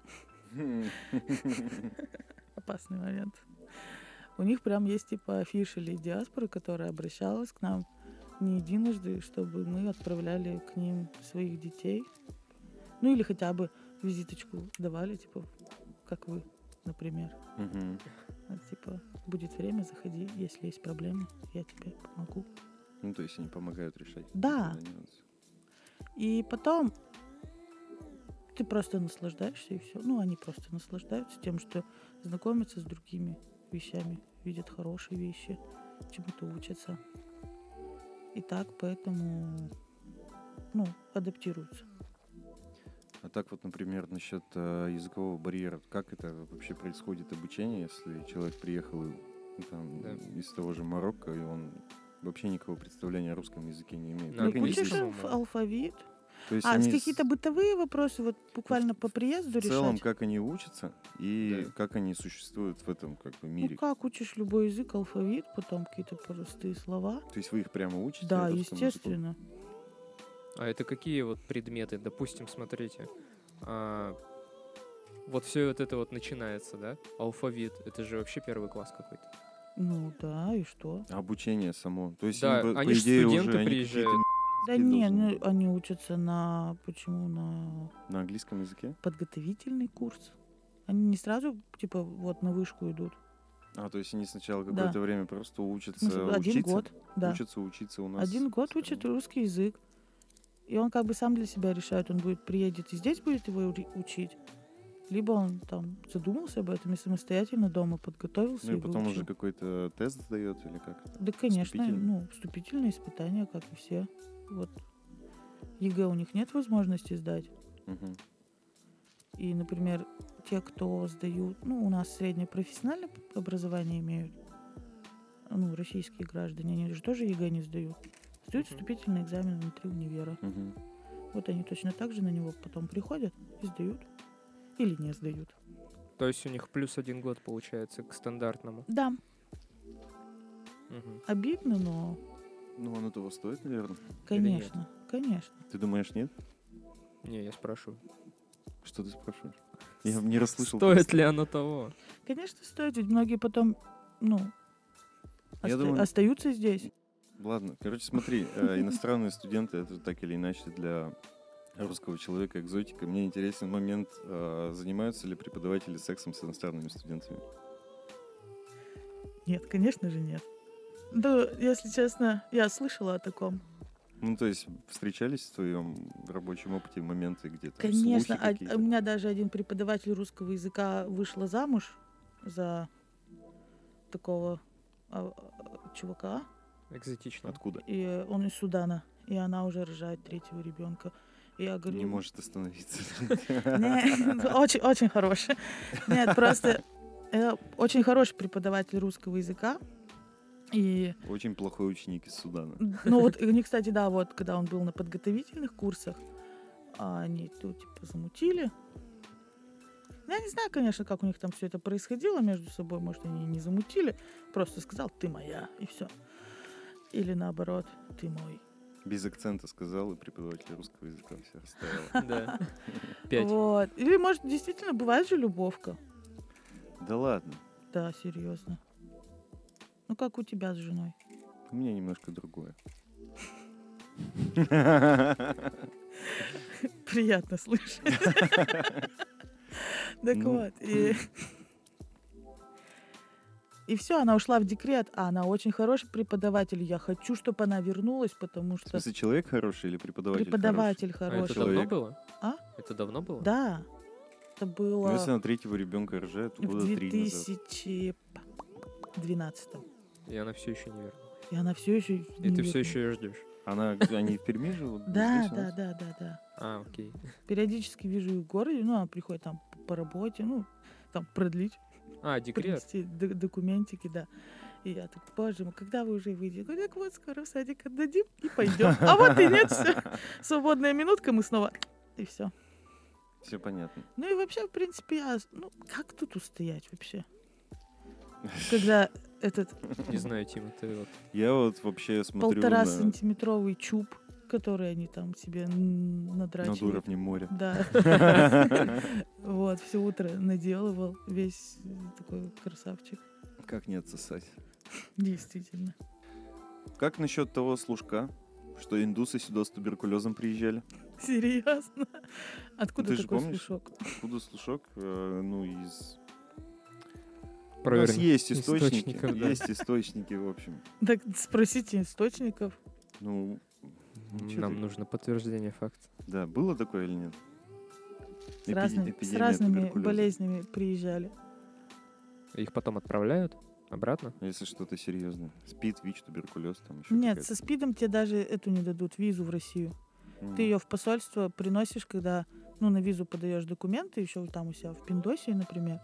опасный момент. У них прям есть типа афиши или диаспоры, которая обращалась к нам не единожды, чтобы мы отправляли к ним своих детей. Ну или хотя бы визиточку давали, типа, как вы, например. Вот, типа, будет время, заходи, если есть проблемы, я тебе помогу. Ну, то есть они помогают решать. Да. какие-то нюансы. И потом ты просто наслаждаешься, и все. Ну, они просто наслаждаются тем, что знакомятся с другими вещами, видят хорошие вещи, чему-то учатся. И так, поэтому, ну, адаптируются. А так вот, например, насчет языкового барьера. Как это вообще происходит обучение, если человек приехал там, Да. из того же Марокко, и он вообще никакого представления о русском языке не имеет? На Ну, Как они учишь здесь- английском, алфавит. То есть А, они какие-то бытовые вопросы, вот буквально по приезду в целом, решать? как они учатся и Да. как они существуют в этом как бы Ну, мире. как учишь любой язык, алфавит, потом какие-то простые слова. То есть вы их прямо учите? Да, русскому языку? естественно. А это какие вот предметы? Допустим, смотрите, вот все вот это вот начинается, да? Алфавит, это же вообще первый класс какой-то. Ну да, и что? А обучение само. То есть Да, по они ж идее, студенты уже они приезжают. какие-то Да должны не, ну, быть. они учатся на... Почему? На на английском языке. подготовительный курс. Они не сразу, типа, вот на вышку идут. А, то есть они сначала Да. какое-то время просто В учатся смысле, один учиться? год, да. Учатся у нас. Один год в стране. учат русский язык. И он как бы сам для себя решает, он приедет и здесь будет его учить. Либо он там задумался об этом и самостоятельно дома подготовился Ну и и потом выучил. уже какой-то тест сдает или как это? Да, конечно, вступительный? ну, вступительные испытания, как и все. Вот. ЕГЭ у них нет возможности сдать. Мгм. И, например, те, кто сдают, ну, у нас среднее профессиональное образование имеют, ну, российские граждане, они же тоже ЕГЭ не сдают. Сдают Мгм. вступительный экзамен внутри универа. Мгм. Вот они точно так же на него потом приходят и сдают. Или не сдают. То есть у них плюс 1 год получается к стандартному. Да, Мгм. обидно, но, Ну, оно того стоит, наверное. конечно, конечно. Ты думаешь, нет? Не, я спрашиваю. Что ты спрашиваешь? Я не расслышал. Стоит просто. ли оно того? Конечно, стоит, ведь многие потом, ну, Я думаю- остаются здесь. Ладно, короче, смотри, иностранные студенты это так или иначе для русского человека экзотика. Мне интересен момент, занимаются ли преподаватели сексом с иностранными студентами? Нет, конечно же нет. Да, если честно, я слышала о таком. Ну, то есть встречались в твоем рабочем опыте моменты, где там Конечно, слухи какие-то? у меня даже один преподаватель русского языка вышла замуж за такого чувака, Экзотично. Откуда? и он из Судана, и она уже рожает 3-го ребенка. И я говорю, Не может остановиться. Не, очень, очень хороший. Нет, просто очень хороший преподаватель русского языка. И, Очень плохой ученик из Судана. ну вот, они, кстати, да, вот, когда он был на подготовительных курсах, они тут, типа, замутили. Я не знаю, конечно, как у них там все это происходило между собой. Может, они и не замутили. Просто сказал, ты моя, и все. Или наоборот, ты мой. Без акцента сказал, и преподаватель русского языка все расставила. Да. 5. Вот. Или, может, действительно, бывает же любовка. Да ладно, Да, серьезно. Ну, как у тебя с женой? у меня немножко другое. Приятно слышать. Так Ну. вот, и все, она ушла в декрет, а она очень хороший преподаватель. Я хочу, чтобы она вернулась, потому В что смысле, человек хороший или преподаватель преподаватель А это хороший. Человек. давно было? А? Это давно было? Да, это хороший? Ну, если было она 3-го ребенка рожает, то в года 3 назад. 2012. И она все еще не вернулась. И она все еще... И ты все еще ее ждешь. Они в Перми живут? Да, Здесь у да, нас? да, да, да. А, окей. Периодически вижу ее в городе, ну, она приходит там по работе, ну, там продлить, Декрет. принести документики, да. И я так, боже мой, когда вы уже выйдете? Я говорю, так вот, скоро в садик отдадим и пойдем. А вот и нет, все. Свободная минутка, мы снова... И все. Все понятно. Ну и вообще, в принципе, как тут устоять вообще? Когда этот Не знаю, Тима, ты вот... Я вот вообще смотрю 1,5-сантиметровый чуб, который они там себе над надрачивают. уровнем моря. Да. Вот, все утро наделывал, весь такой красавчик. Как не отсосать? Действительно. Как насчет того служка, что индусы сюда с туберкулезом приезжали? Серьезно? Откуда Ты же такой помнишь? слушок? Откуда слушок? Ну, из... У нас Проверено. есть источники. Источников, да. Есть источники, в общем. Так спросите источников. Ну, чё Нам ты? нужно подтверждение факта. Да, было такое или нет? С Эпидемия разными туберкулеза. болезнями приезжали. Их потом отправляют обратно? Если что-то серьезное. СПИД, ВИЧ, туберкулез, там еще Нет, со СПИДом тебе даже эту не дадут, визу в Россию. Ты ее в посольство приносишь, когда, на визу подаешь документы, еще там у себя в Пиндосе, например.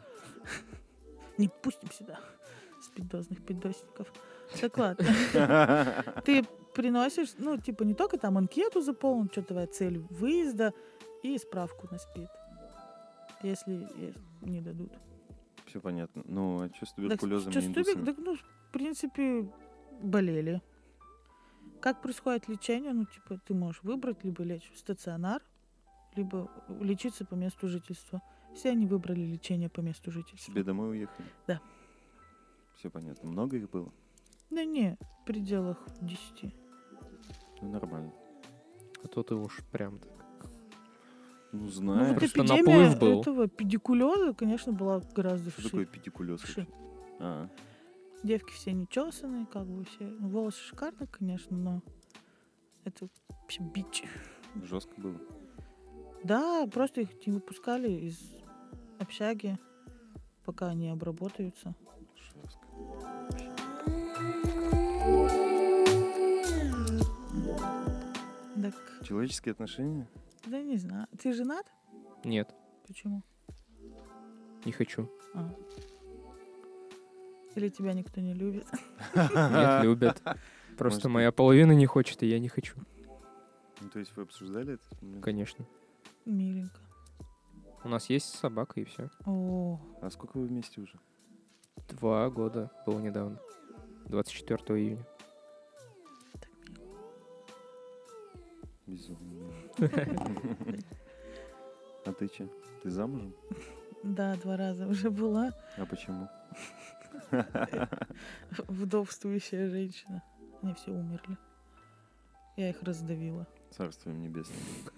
Не пустим сюда спидозных пиндосников. Так ладно. Ты приносишь, не только там анкету заполнить, что твоя цель выезда и справку на СПИД. Если не дадут. Все понятно. Ну, а что с Так, туберкулезом чё и с индусами? в принципе, болели. Как происходит лечение? Ты можешь выбрать либо лечь в стационар, либо лечиться по месту жительства. Все они выбрали лечение по месту жительства. Себе домой уехали? Да. Все понятно. Много их было? Да не, в пределах 10. Ну, нормально. А то ты уж прям так. Ну, Вот знаешь. Просто эпидемия наплыв был. этого педикулеза, конечно, была гораздо Что такое шире. педикулез Ши. вообще? А, Девки все нечесанные, как бы все. Волосы шикарно, конечно, но это вообще бич. жестко было. Да, просто их не выпускали из общаги, пока они обработаются. Жестко. Так, Человеческие отношения? да не знаю. Ты женат? Нет, Почему? не хочу. А. Или тебя никто не любит? Нет, любят. Просто Может, моя половина не хочет, и я не хочу. Ну, то есть вы обсуждали это? Конечно. Миленько. У нас есть собака, и все. О, А сколько вы вместе уже? 2 года было недавно. 24 июня. Безумно. А ты че? Ты замужем? да, 2 раза уже была А почему? вдовствующая женщина. Они все умерли. Я их раздавила. Царство им небесное.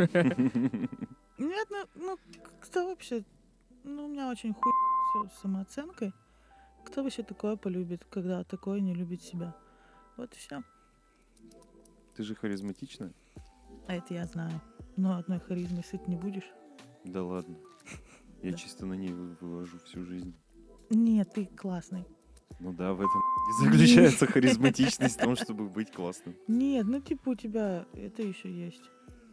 Нет, кто вообще... у меня очень хуй все с самооценкой. Кто вообще такое полюбит, когда такое не любит себя? Вот и все. Ты же харизматичная? А это я знаю. Но одной харизмой сыт не будешь. Да ладно. Я Да. чисто на ней вывожу всю жизнь. Нет, ты классный. Ну да, в этом и заключается харизматичность, в том, чтобы быть классным. Нет, у тебя это еще есть.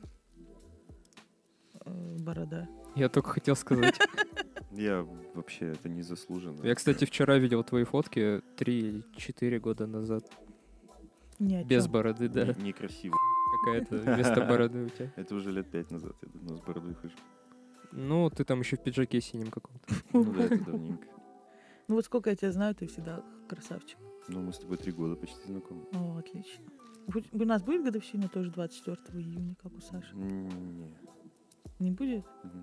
Борода. Я только хотел сказать. Я вообще это не заслуженно. Я, кстати, вчера видел твои фотки 3 или 4 года назад. Нет, Без бороды, да. Некрасиво. Какая-то вместо бороды у тебя. Это уже лет 5 назад, я давно с бородой хожу. Ну, ты там еще в пиджаке синем каком-то. Ну да, это давненько. Ну вот сколько я тебя знаю, ты всегда красавчик. Ну, мы с тобой 3 года почти знакомы. О, отлично. У нас будет годовщина тоже 24 июня, как у Саши? Не. Не будет?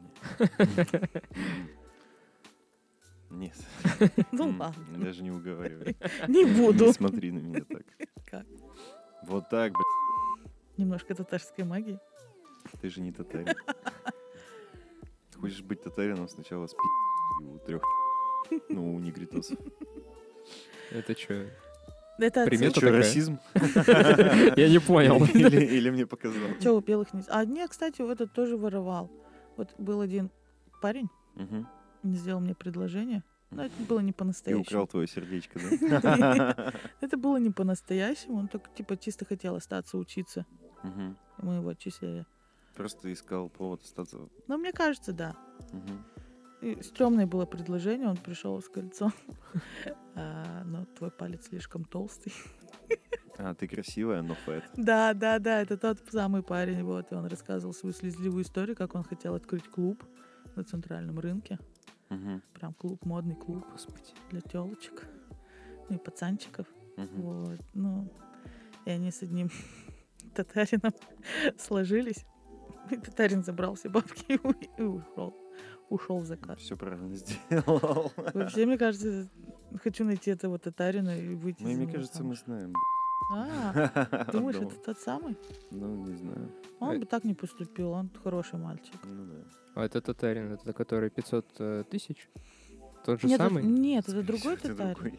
Нет. Ну ладно. Даже не уговаривай. Не буду. Не смотри на меня так. Как? Вот так, Немножко татарской магии. ты же не татарин. Хочешь быть татарином, сначала спи у 3, ну, у негритосов. Это что? Это Примета Это что, такая? расизм? Я не понял. Или мне показалось? Че у белых не... А нет, кстати, этот тоже воровал. Вот был один парень, Мгм. сделал мне предложение. Но это было не И по-настоящему. украл твое сердечко, да? Это было не по-настоящему. Он только чисто хотел остаться учиться. Мгм. Мы его отчислили. Просто искал повод остаться. Но мне кажется, да. Мгм. И стрёмное было предложение, он пришел с кольцом. Но твой палец слишком толстый. А, ты красивая, но фэт. Да, это тот самый парень. Вот, и он рассказывал свою слезливую историю, как он хотел открыть клуб на центральном рынке. Мгм. Прям клуб, модный клуб Господи. для тёлочек. Ну и пацанчиков. Мгм. Вот, ну, и они с одним татарином сложились. И татарин забрал все бабки и ушел. Ушел в закат. Все правильно сделал. Вообще, мне кажется, хочу найти этого татарина и выйти Ну, за и мне него кажется, замуж. мы знаем. Думаешь, Одного. это тот самый? Ну, не знаю. Он бы так не поступил, он хороший мальчик. Ну, да. А это татарин, это который 500 тысяч? Тот же Нет, самый? нет, это другой Это татарин. другой.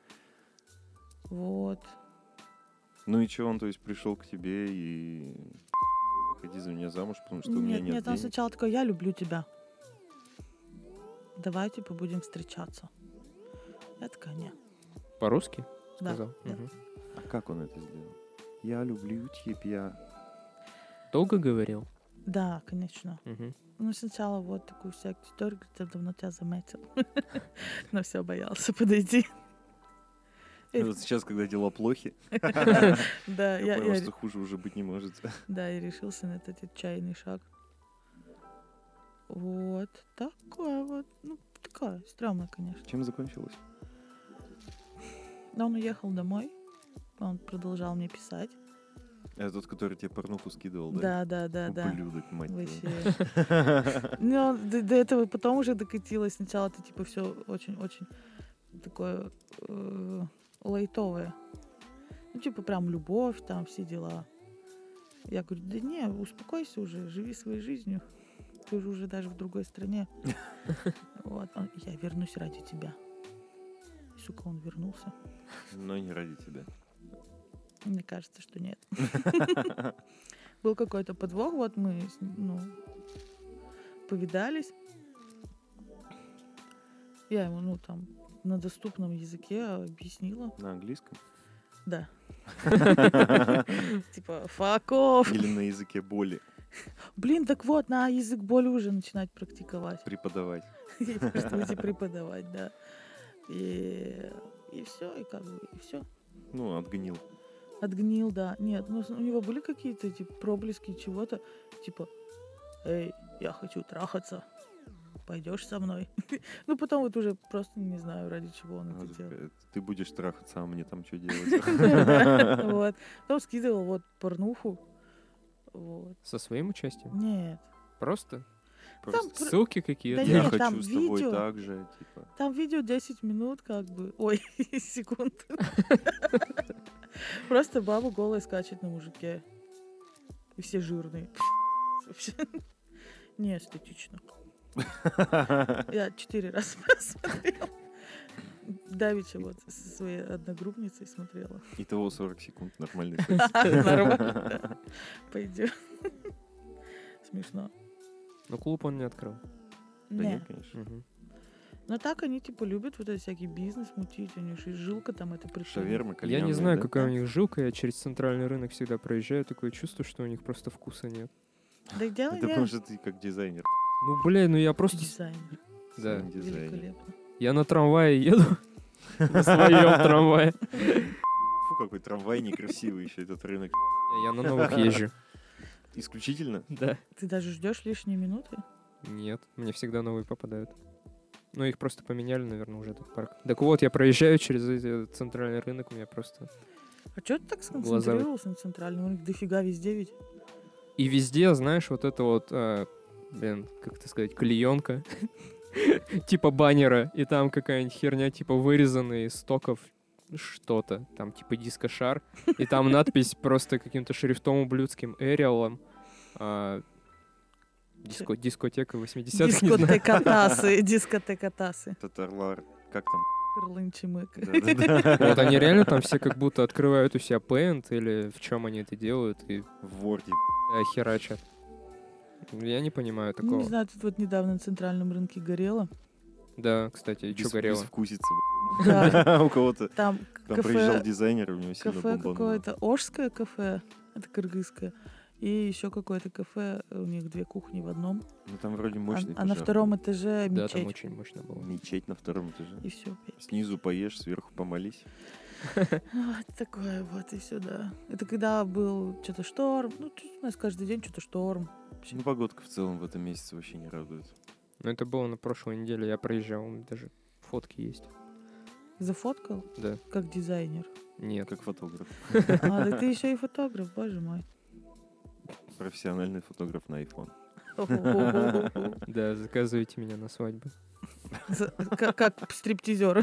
Вот. Ну и что, он, то есть, пришел к тебе и выходи за меня замуж, потому что у меня нет Нет, он денег. сначала такой, я люблю тебя. Давай, типа, будем встречаться. Я такая, нет. По-русски Да, сказал? да. Мгм. А как он это сделал? Я люблю тебя. Долго говорил? Да, конечно. Мгм. Ну, сначала вот такую всякую историю, говорит, я давно тебя заметил. Но все, боялся подойти. И вот сейчас, когда дела плохи, Да, я понял, что хуже уже быть не может. да, и решился на этот отчаянный шаг. Вот. Такое вот. Ну, такое, стрёмно, конечно. Чем закончилось? Но он уехал домой. Он продолжал мне писать. Это тот, который тебе порнуху скидывал, да? Да. Ублюдок, мать твою. Вообще. Ну, до этого потом уже докатилось. Сначала это типа все очень-очень такое лайтовое. Ну, типа прям любовь, там все дела. Я говорю, да не, успокойся уже, живи своей жизнью. Ты же уже даже в другой стране. Вот, я вернусь ради тебя. И, сука, он вернулся. Но не ради тебя. Мне кажется, что нет. Был какой-то подвох, вот мы, ну, повидались. Я ему, ну, там, на доступном языке объяснила. На английском? Да. Типа, fuck off. Или на языке боли Блин, так вот, на язык боли уже начинать практиковать. преподавать? И просто идти преподавать, да. И все, и как бы, и все. Ну, отгнил. Отгнил, да. Нет, ну у него были какие-то типа проблески чего-то, типа, эй, я хочу трахаться, пойдешь со мной? Ну потом вот уже просто не знаю, ради чего он это делал. Ты будешь трахаться, а мне там что делать? Вот. Потом скидывал вот порнуху. Вот. Со своим участием? Нет. Просто? Просто Ссылки какие-то? Да я нет, там хочу с тобой видео. так же, типа. Там видео 10 минут, как бы. Ой, секунд. Просто баба голая скачет на мужике. И все жирные. Вообще не эстетично. Я 4 раза посмотрела. Давеча вот со своей одногруппницей смотрела. Итого 40 секунд, нормальный секс. Нормально. Пойдем. Смешно. Но клуб он не открыл. Да Не. нет, конечно. Мгм. Но так они типа любят вот этот всякий бизнес мутить. У них же жилка там это прикольно. Шаверма, Я кальянная, не знаю, да? какая у них жилка, я через центральный рынок всегда проезжаю, такое чувство, что у них просто вкуса нет. Да дело Это не потому что ты как дизайнер. Ну, блин, ну я просто... дизайнер. Да. Дизайнер. Великолепно. Я на трамвае еду, на своем трамвае. Фу, какой трамвай некрасивый еще этот рынок. Я на новых езжу. Исключительно? Да. Ты даже ждешь лишние минуты? Нет, мне всегда новые попадают. Ну, их просто поменяли, наверное, уже этот парк. Так вот, я проезжаю через этот центральный рынок, у меня просто... А что ты так сконцентрировался на центральном? У них дофига везде ведь. И везде, знаешь, вот это вот, блин, как это сказать, клеенка, типа баннера, и там какая-нибудь херня, типа вырезанная из стоков что-то, там типа дискошар, и там надпись просто каким-то шрифтом ублюдским, Эриалом, дискотека 80-х, не знаю. Дискотека Тасы. Дискотека Тасы. Татарлар. Как там? Крылын-чимык. Да-да-да. Вот они реально там все как будто открывают у себя Paint, или в чем они это делают, и В Ворде. херачат. Я не понимаю Ну, такого. не знаю, тут вот недавно на центральном рынке горело. Да, кстати, и что горело? Безвкусица. Да, У кого-то там там приезжал кафе, дизайнер, у него сильно кафе бомбануло. какое-то, Ожское кафе, это кыргызское. И еще какое-то кафе, у них 2 кухни в одном. Ну там вроде мощный А на пожар. 2-м этаже Да, там мечеть. очень мощно было. Мечеть на 2-м этаже. И все. Снизу поешь, сверху помолись. Такое вот и сюда. Это когда был что-то шторм. Ну, у нас каждый день что-то шторм. Ну, погодка в целом в этом месяце вообще не радует. Но это было на прошлой неделе, я проезжал, у меня даже фотки есть. Зафоткал? Да. Как дизайнер. Нет. Как фотограф. Так ты еще и фотограф, боже мой. Профессиональный фотограф на iPhone. Да, заказывайте меня на свадьбу. Как стриптизер.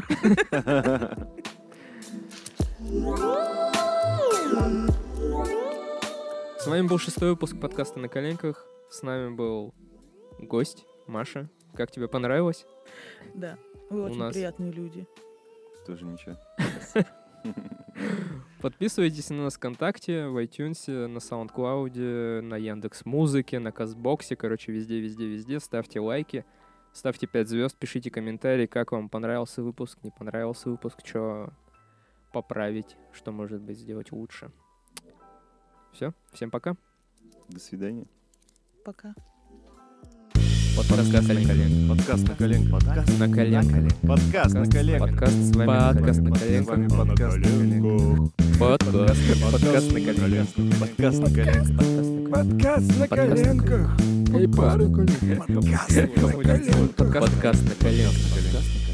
С вами был 6-й выпуск подкаста «На коленках». С нами был гость Маша. Как тебе понравилось? Да, вы очень нас- приятные люди. Тоже ничего. Подписывайтесь на нас ВКонтакте, в iTunes, на SoundCloud, на Яндекс.Музыке, на Кастбоксе. Короче, везде. Ставьте лайки, ставьте 5 звезд, пишите комментарии, как вам понравился выпуск, не понравился выпуск, что поправить, что, может быть, сделать лучше. Все, всем пока. До свидания. Пока. Подкаст на коленках. Подкаст на коленках. Подкаст На коленках. Подкаст на коленках. Подкаст с вами. Подкаст на коленках. Подкаст на коленках. Подкаст на коленках. Подкаст на коленках. Подкаст на коленках. Эй, пары. Подкаст на коленках. Подкаст на коленках.